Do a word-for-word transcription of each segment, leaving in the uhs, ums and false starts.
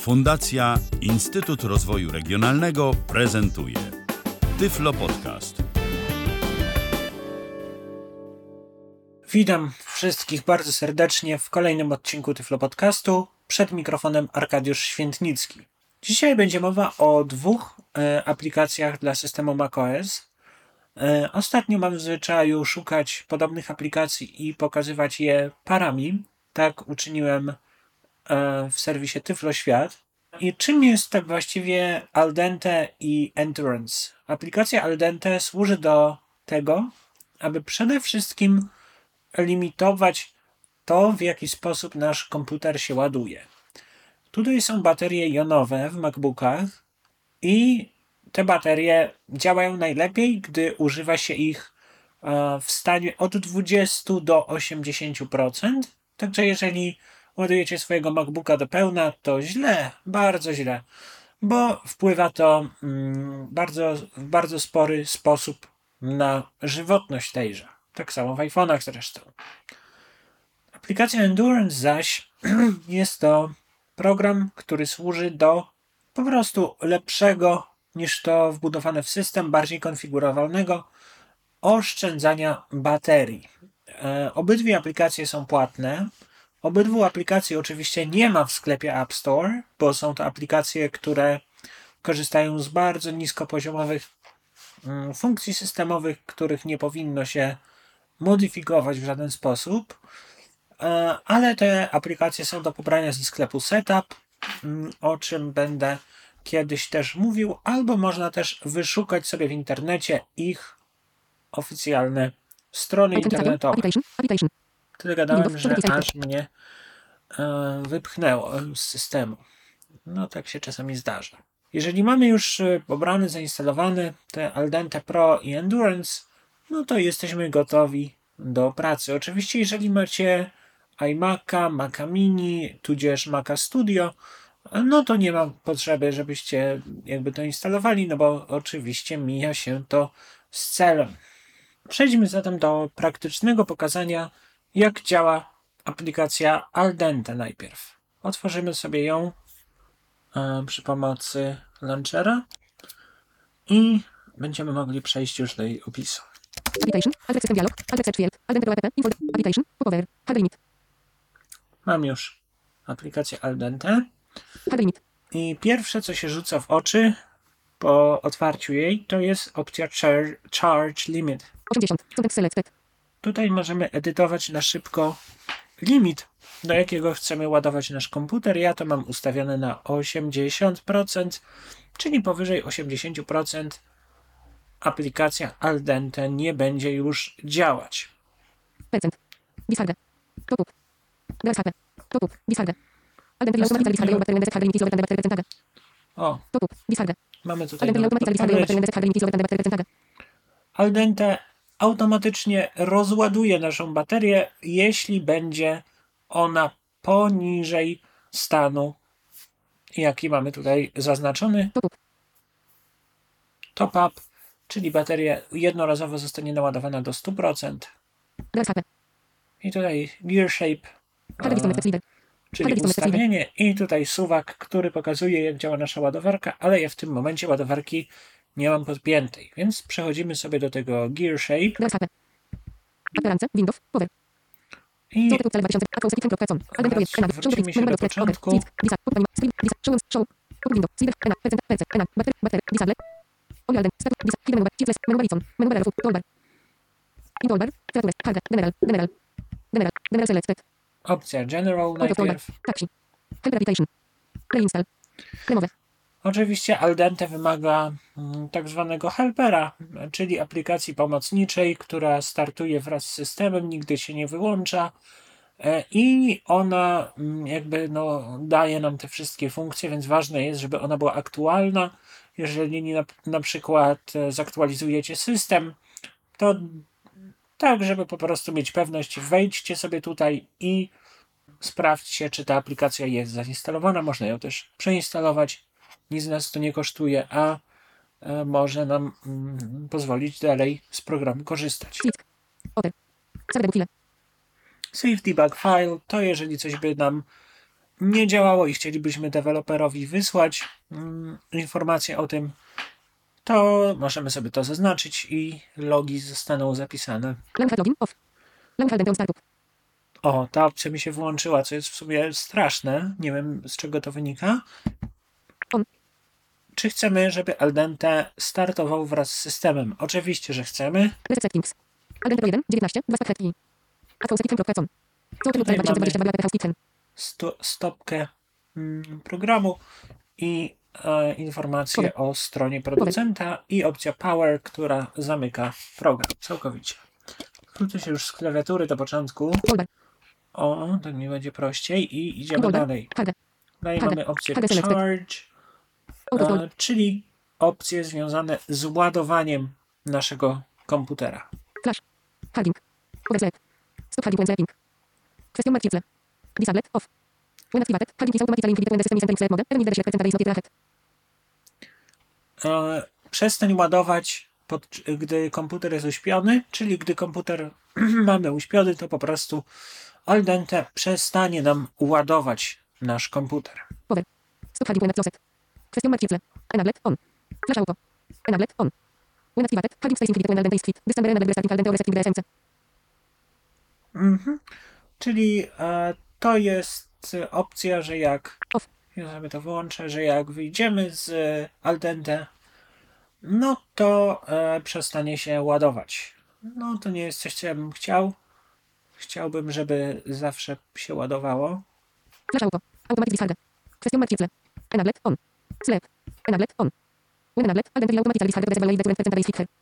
Fundacja Instytut Rozwoju Regionalnego prezentuje Tyflo Podcast. Witam wszystkich bardzo serdecznie w kolejnym odcinku Tyflo Podcastu. Przed mikrofonem Arkadiusz Świętnicki. Dzisiaj będzie mowa o dwóch e, aplikacjach dla systemu macOS. E, ostatnio mam w zwyczaju szukać podobnych aplikacji i pokazywać je parami. Tak uczyniłem e, w serwisie Tyflo Świat. I czym jest tak właściwie Al Dente i Endurance? Aplikacja Al Dente służy do tego, aby przede wszystkim limitować to, w jaki sposób nasz komputer się ładuje. Tutaj są baterie jonowe w MacBookach i te baterie działają najlepiej, gdy używa się ich w stanie od dwudziestu do osiemdziesięciu procent. Także jeżeli ładujecie swojego MacBooka do pełna, to źle, bardzo źle, bo wpływa to mm, bardzo, w bardzo spory sposób na żywotność tejże. Tak samo w iPhone'ach zresztą. Aplikacja Endurance zaś jest to program, który służy do po prostu lepszego niż to wbudowane w system, bardziej konfigurowalnego oszczędzania baterii. E, obydwie aplikacje są płatne. Obydwu aplikacji oczywiście nie ma w sklepie App Store, bo są to aplikacje, które korzystają z bardzo niskopoziomowych mm, funkcji systemowych, których nie powinno się modyfikować w żaden sposób. Ale te aplikacje są do pobrania ze sklepu Setup, o czym będę kiedyś też mówił, albo można też wyszukać sobie w internecie ich oficjalne strony internetowe. Tyle gadałem, że aż mnie wypchnęło z systemu. No tak się czasami zdarza. Jeżeli mamy już pobrane, zainstalowane te Al Dente Pro i Endurance, no to jesteśmy gotowi do pracy. Oczywiście jeżeli macie iMac'a, Maca Mini, tudzież Maca Studio, no to nie ma potrzeby, żebyście jakby to instalowali, no bo oczywiście mija się to z celem. Przejdźmy zatem do praktycznego pokazania, jak działa aplikacja Al Dente najpierw. Otworzymy sobie ją e, przy pomocy launchera i będziemy mogli przejść już do jej opisu. Application, Alt System Dialog, Alt Search Field, Al Dente Pro app, Info, Application, Power, Hard Limit. Mam już aplikację Al Dente. Hard Limit. I pierwsze, co się rzuca w oczy po otwarciu jej, to jest opcja Charge, charge Limit. osiemdziesiąt. Context Selected. Tutaj możemy edytować na szybko limit, do jakiego chcemy ładować nasz komputer. Ja to mam ustawione na osiemdziesiąt procent, czyli powyżej osiemdziesiąt procent aplikacja Al Dente nie będzie już działać. Percent. Disharde. Top-up. Grasshopper. Top-up. Disharde. Al Dente Automatic Disharde Low Battery Hard Limit Battery Percentage. O, Top-up. Disharde. mamy tutaj Al Dente Automatic Disharde Low Battery Hard Limit Battery Percentage. Al Dente automatycznie rozładuje naszą baterię, jeśli będzie ona poniżej stanu, jaki mamy tutaj zaznaczony. Top-up. Top-up, czyli bateria jednorazowo zostanie naładowana do stu procent. Grasshopper. I tutaj gear shape, Hard Distance Feeder. czyli ustawienie, i tutaj suwak, który pokazuje, jak działa nasza ładowarka, ale ja w tym momencie ładowarki nie mam podpiętej, więc przechodzimy sobie do tego gear shape. Grasshopper. Appearance, Windows, Power. I wrócimy się do początku. Opcja General najpierw. Oczywiście Al Dente wymaga mm, tak zwanego helpera, czyli aplikacji pomocniczej, która startuje wraz z systemem, nigdy się nie wyłącza e, i ona mm, jakby no, daje nam te wszystkie funkcje, więc ważne jest, żeby ona była aktualna. Jeżeli na, na przykład e, zaktualizujecie system, to tak, żeby po prostu mieć pewność, wejdźcie sobie tutaj i sprawdźcie, czy ta aplikacja jest zainstalowana. Można ją też przeinstalować. Nic nas to nie kosztuje, a e, może nam mm, pozwolić dalej z programu korzystać. Save debug file to jeżeli coś by nam nie działało i chcielibyśmy deweloperowi wysłać mm, informację o tym, to możemy sobie to zaznaczyć i logi zostaną zapisane. Launchpad login off. Launchpad on startup. O, ta opcja mi się włączyła, co jest w sumie straszne. Nie wiem, z czego to wynika. On. Czy chcemy, żeby Aldente startował wraz z systemem? Oczywiście, że chcemy. Reset settings. Aldente Pro jeden, dziewiętnaście, dwa stakretki. atwosectifem.com. Co Tutaj dwa tysiące dwadzieścia dwa Housekeeping. sto, stopkę mm, programu i e, informacje o stronie producenta i opcja Power, która zamyka program całkowicie. Wrócę się już z klawiatury do początku. Toolbar. O, to mi będzie prościej i idziemy Toolbar. dalej. Harder. Dalej Harder. mamy opcję Harder select. Charge, Autoscroll. e, czyli opcje związane z ładowaniem naszego komputera. Flash. Harding. Oversleep. Stop harding when sleeping. Question mark filtre. Disable off. When activated, harding is automatically included when the system is entering sleep mode. Even if the select percent is not yet E, przestań ładować, pod, gdy komputer jest uśpiony, czyli gdy komputer mamy uśpiony, to po prostu Aldente przestanie nam ładować nasz komputer. Power. Stop harding when at closet. Question mark filtre. Enabled on. Flash auto. Enabled on. When activated, harding stays included when Aldente is quit. This number enabled restarting Aldente or resetting the S M C. Mhm. Czyli e, to jest e, opcja, że jak Off. ja sobie to wyłączę, że jak wyjdziemy z e, Aldente, no to e, przestanie się ładować. No to nie jest coś, co ja bym chciał. Chciałbym, żeby zawsze się ładowało. Flash auto. Automatic discard. Question mark filtre. Enabled on. Sleep. Enabled on. When enabled, Aldente will automatically discard the reservoir when percent is clicked.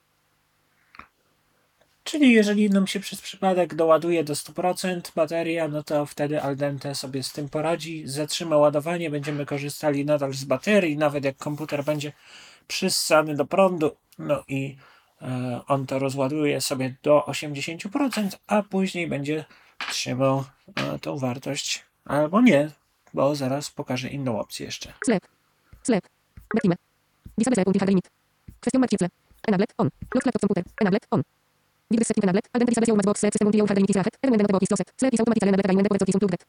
Czyli jeżeli nam się przez przypadek doładuje do stu procent bateria, no to wtedy Aldente sobie z tym poradzi, zatrzyma ładowanie, będziemy korzystali nadal z baterii, nawet jak komputer będzie przyssany do prądu, no i e, on to rozładuje sobie do osiemdziesięciu procent, a później będzie trzymał e, tą wartość, albo nie, bo zaraz pokażę inną opcję jeszcze. Sleep. Sleep. Backime. Disable sleep until hard limit. Question mark filtre. Enabled on. Lock laptop computer. Enabled on. With this setting enabled, Aldente disable your box sleep system until hard limit is rated. Even when the box is closed. Sleep is automatically enabled when the power is unplugged.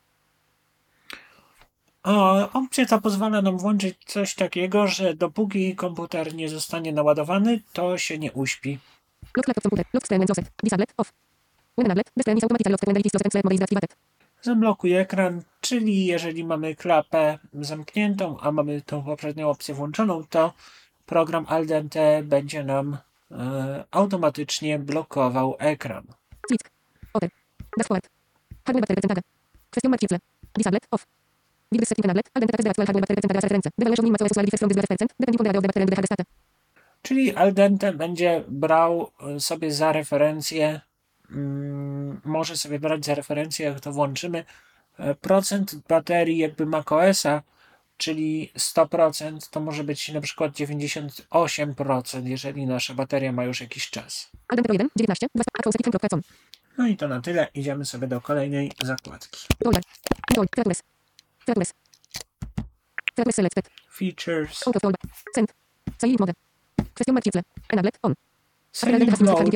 O, opcja ta pozwala nam włączyć coś takiego, że dopóki komputer nie zostanie naładowany, to się nie uśpi. Lock laptop computer. Lock screen when closed. Disabled off. When enabled, the screen is automatically locked when the light is closed and sleep mode is deactivated. Zablokuje ekran, czyli jeżeli mamy klapę zamkniętą, a mamy tą poprzednią opcję włączoną, to program Aldente będzie nam e, automatycznie blokował ekran. Switch. Open. Dashboard. Hardware battery percentage. Question mark filtre. Disabled off. With this setting enabled, Aldente test the actual hardware battery percentage as reference. The valuation in macOS usually differs from this percent, depending on the area of the battery and the hardware state. Czyli Aldente będzie brał e, sobie za referencję, mm, może sobie brać za referencję, jak to włączymy, e, procent baterii jakby macOSa, czyli sto procent, to może być na przykład dziewięćdziesiąt osiem procent, jeżeli nasza bateria ma już jakiś czas. Aldente Pro jeden, dziewiętnaście, dwa atwosectifem kropka com. No i to na tyle. Idziemy sobie do kolejnej zakładki. Toolbar. Control. Features. Features. Features selected. Features. Out of toolbar. Send. Silent mode. Question mark filtre. Enabled on. Silent mode.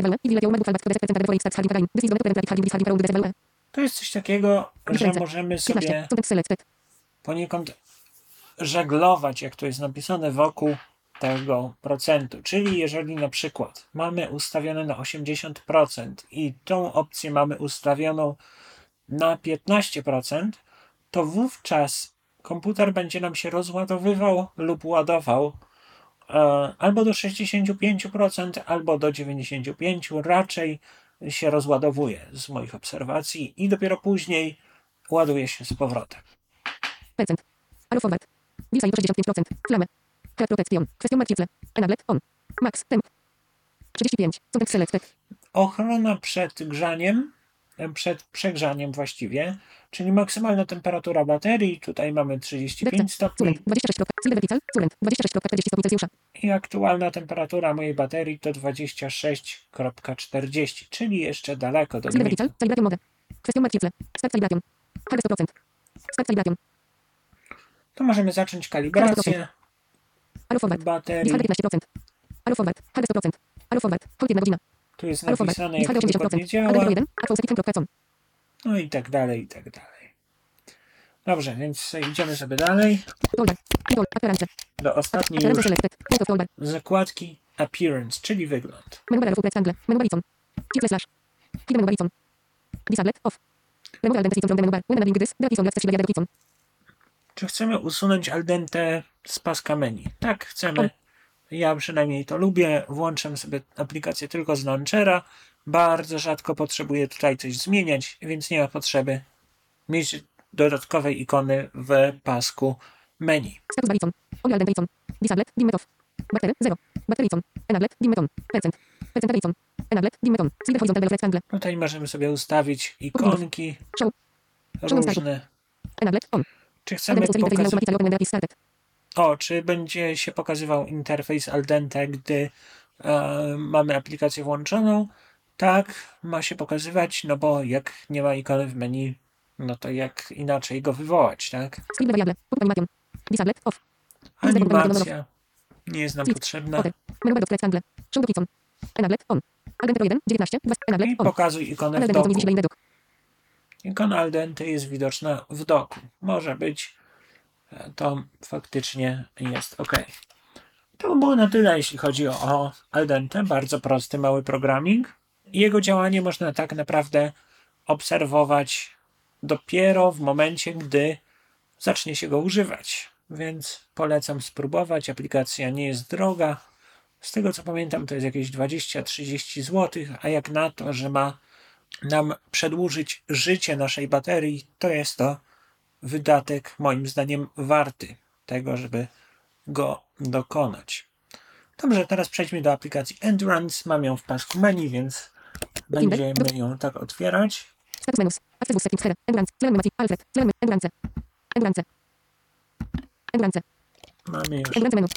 To jest coś takiego, że możemy sobie poniekąd żeglować, jak to jest napisane, wokół tego procentu. Czyli jeżeli na przykład mamy ustawione na osiemdziesiąt procent i tą opcję mamy ustawioną na piętnaście procent, to wówczas komputer będzie nam się rozładowywał lub ładował e, albo do sześćdziesiąt pięć procent, albo do dziewięćdziesiąt pięć procent. Raczej się rozładowuje z moich obserwacji i dopiero później ładuje się z powrotem. Percent. Allo forward. Design do sześćdziesiąt pięć procent. Flamę. Head protection. Question mark filtre. Enabled on. Max. Temp. trzydzieści pięć. Context selected. Ochrona przed grzaniem, przed przegrzaniem właściwie, czyli maksymalna temperatura baterii. Tutaj mamy trzydzieści pięć stopni. dwadzieścia sześć. Silver Vertical. Current. dwadzieścia sześć czterdzieści stopni Celsjusza. I aktualna temperatura mojej baterii to dwadzieścia sześć czterdzieści, czyli jeszcze daleko do Silver limitu. Vertical. Calibration mode. Question mark filtre. Start calibration. Hard sto procent. Start calibration. To możemy zacząć kalibrację Allo forward. baterii. Discard piętnaście procent. Allo forward. Hard sto procent. Allo forward. Hold jedna godzina. Tu jest Allo forward. napisane, Discard jak osiemdziesiąt dokładnie procent. działa. Aldente Pro jeden. atwosectifem kropka com. No i tak dalej, i tak dalej. Dobrze, więc idziemy sobie dalej Toolbar. Tool. Appearance. do ostatniej Appearance już selected. Out of toolbar. zakładki Appearance, czyli wygląd. Menu bar of rectangle. Menu bar icon. Shift slash. Hide menu bar icon. Disable. Off. Remove al dente icon from the menu bar. When enabling this, the icon accessible via the icon. Czy chcemy usunąć al dente z paska menu? Tak, chcemy. Ja przynajmniej to lubię. Włączam sobie aplikację tylko z launchera. Bardzo rzadko potrzebuję tutaj coś zmieniać, więc nie ma potrzeby mieć dodatkowej ikony w pasku menu. Status bar icon. Only al dente icon. Disable. Dimmed off. Battery. zero. Battery icon. Enabled. Dimmed on. Percent. Percentage icon. Enabled. Dimmed on. Select horizontal bar of rectangle. Tutaj możemy sobie ustawić ikonki Show. różne. Enabled. On. Czy Al chcemy dente interface pokazać... automatically open when the app is started. O, czy będzie się pokazywał interfejs al dente, gdy e, mamy aplikację włączoną? Tak, ma się pokazywać, no bo jak nie ma ikony w menu, no to jak inaczej go wywołać, tak? Script variable. Put animation. Disable. Off. Use the button on Animacja nie jest nam Split. potrzebna. Order. Menu bar of rectangle. Show dock icon. Enabled. On. Al dente jeden. dziewiętnaście. dwa. I Enabled. On. pokazuj ikonę Al w dente icon is doku. visible in the dock. Ikona al dente jest widoczna w doku. Może być. e, To faktycznie jest ok. To by było na tyle, jeśli chodzi o, o al dente. Bardzo prosty, mały programming. Jego działanie można tak naprawdę obserwować dopiero w momencie, gdy zacznie się go używać. Więc polecam spróbować. Aplikacja nie jest droga. Z tego co pamiętam, to jest jakieś dwadzieścia do trzydziestu złotych, a jak na to, że ma nam przedłużyć życie naszej baterii, to jest to wydatek moim zdaniem warty tego, żeby go dokonać. Dobrze, teraz przejdźmy do aplikacji Endurance. Mam ją w pasku menu, więc będziemy ją tak otwierać. Status menus. Access bus settings header. Endurance. Tle animacji. Alfred. Tle menu. Endurance. Endurance. Endurance. Mamy już Endurance menu.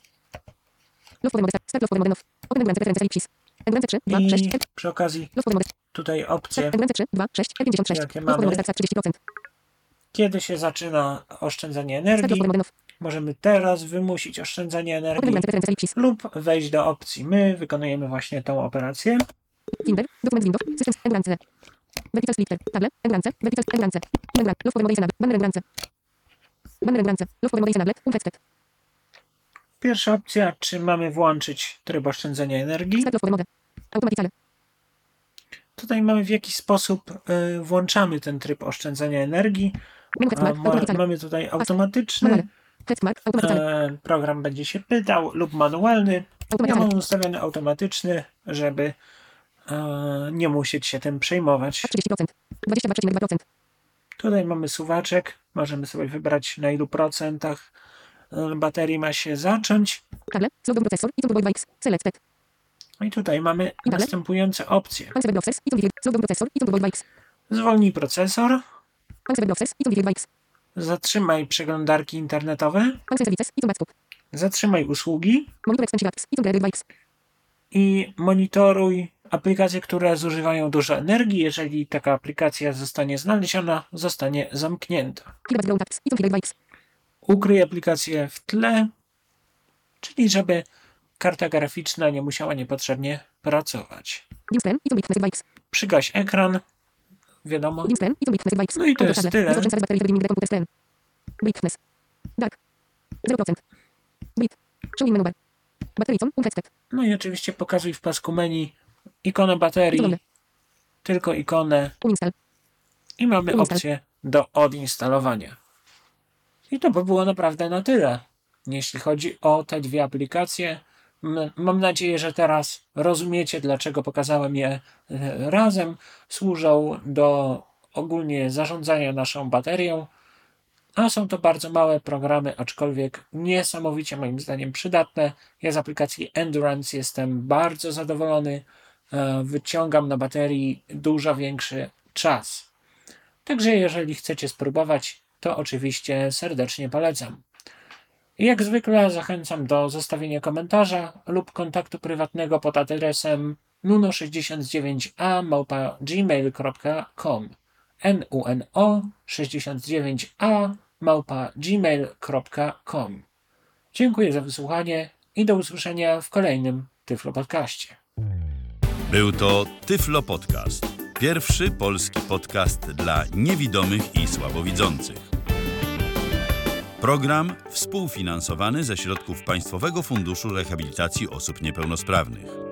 Low power mode. Start low power mode off. Open Endurance preference ellipsis. Endurance trzy. dwa. sześć. i przy okazji Low power mode. tutaj opcje, Endurance trzy. dwa. sześć. pięćdziesiąt sześć. Jakie Low power mamy? mode start trzydzieści procent. kiedy się zaczyna oszczędzanie Start low energii. power mode off. Możemy teraz wymusić oszczędzanie Open energii Endurance preference ellipsis. lub wejść do opcji. My wykonujemy właśnie tą operację. Finder. Dokument window. Systems. Endurance. Vertical splitter. Table. Endurance. Vertical Endurance. Endurance. Low power mode is enabled. Banner Endurance. Banner Endurance. Low power mode is enabled. Unfetched. Pierwsza opcja, czy mamy włączyć tryb oszczędzania energii. Start low power mode. Automatically. Tutaj mamy w jaki sposób y, włączamy ten tryb oszczędzania energii. Menu text A, mark. ma, Automatically. mamy tutaj Manual. automatyczny. Text mark. Automatically. E, program będzie się pytał lub manualny. Ja Automatically. mam ustawiony automatyczny, żeby e, nie musieć się tym przejmować. trzydzieści procent. dwadzieścia dwa przecinek dwa procent. Tutaj mamy suwaczek. Możemy sobie wybrać, na ilu procentach e, baterii ma się zacząć. Table. Slow down processor. I to Boy X. Selected. I tutaj mamy dalej? następujące opcje. Answer Blockers. I to Video. Slow down processor. I to Boy X. Zwolnij procesor. Answer Blockers. I to Video X. Zatrzymaj przeglądarki internetowe. Answer Services. I to Backstop. Zatrzymaj usługi. Monitor Extension Apps. I to Boy X. I monitoruj aplikacje, które zużywają dużo energii. Jeżeli taka aplikacja zostanie znaleziona, zostanie zamknięta. Clear background apps. I to Boy X. Ukryj aplikację w tle, czyli żeby karta graficzna nie musiała niepotrzebnie pracować. Dim screen. I to Brightness Boy X. Przygaś ekran. Wiadomo. Dim screen. I to Brightness Boy X. No i to jest Auto tyle. table. Zero battery reading the computer screen. Brightness. Dark. zero procent. Bright. Show in menu bar. Battery icon. Unfetched. No i oczywiście pokazuj w pasku menu ikonę baterii, Ikonę. tylko ikonę Uninstall. i mamy Uninstall. opcję do odinstalowania. I to by było naprawdę na tyle, jeśli chodzi o te dwie aplikacje. M- Mam nadzieję, że teraz rozumiecie, dlaczego pokazałem je e, razem. Służą do ogólnie zarządzania naszą baterią, a są to bardzo małe programy, aczkolwiek niesamowicie moim zdaniem przydatne. Ja z aplikacji Endurance jestem bardzo zadowolony. E, Wyciągam na baterii dużo większy czas. Także jeżeli chcecie spróbować, to oczywiście serdecznie polecam. I jak zwykle zachęcam do zostawienia komentarza lub kontaktu prywatnego pod adresem nuno sześćdziesiąt dziewięć a małpa gmail kropka com N U N O sześćdziesiąt dziewięć a małpa gmail kropka com. Dziękuję za wysłuchanie i do usłyszenia w kolejnym Tyflo Podcaście. Był to Tyflo Podcast. Pierwszy polski podcast dla niewidomych i słabowidzących. Program współfinansowany ze środków Państwowego Funduszu Rehabilitacji Osób Niepełnosprawnych.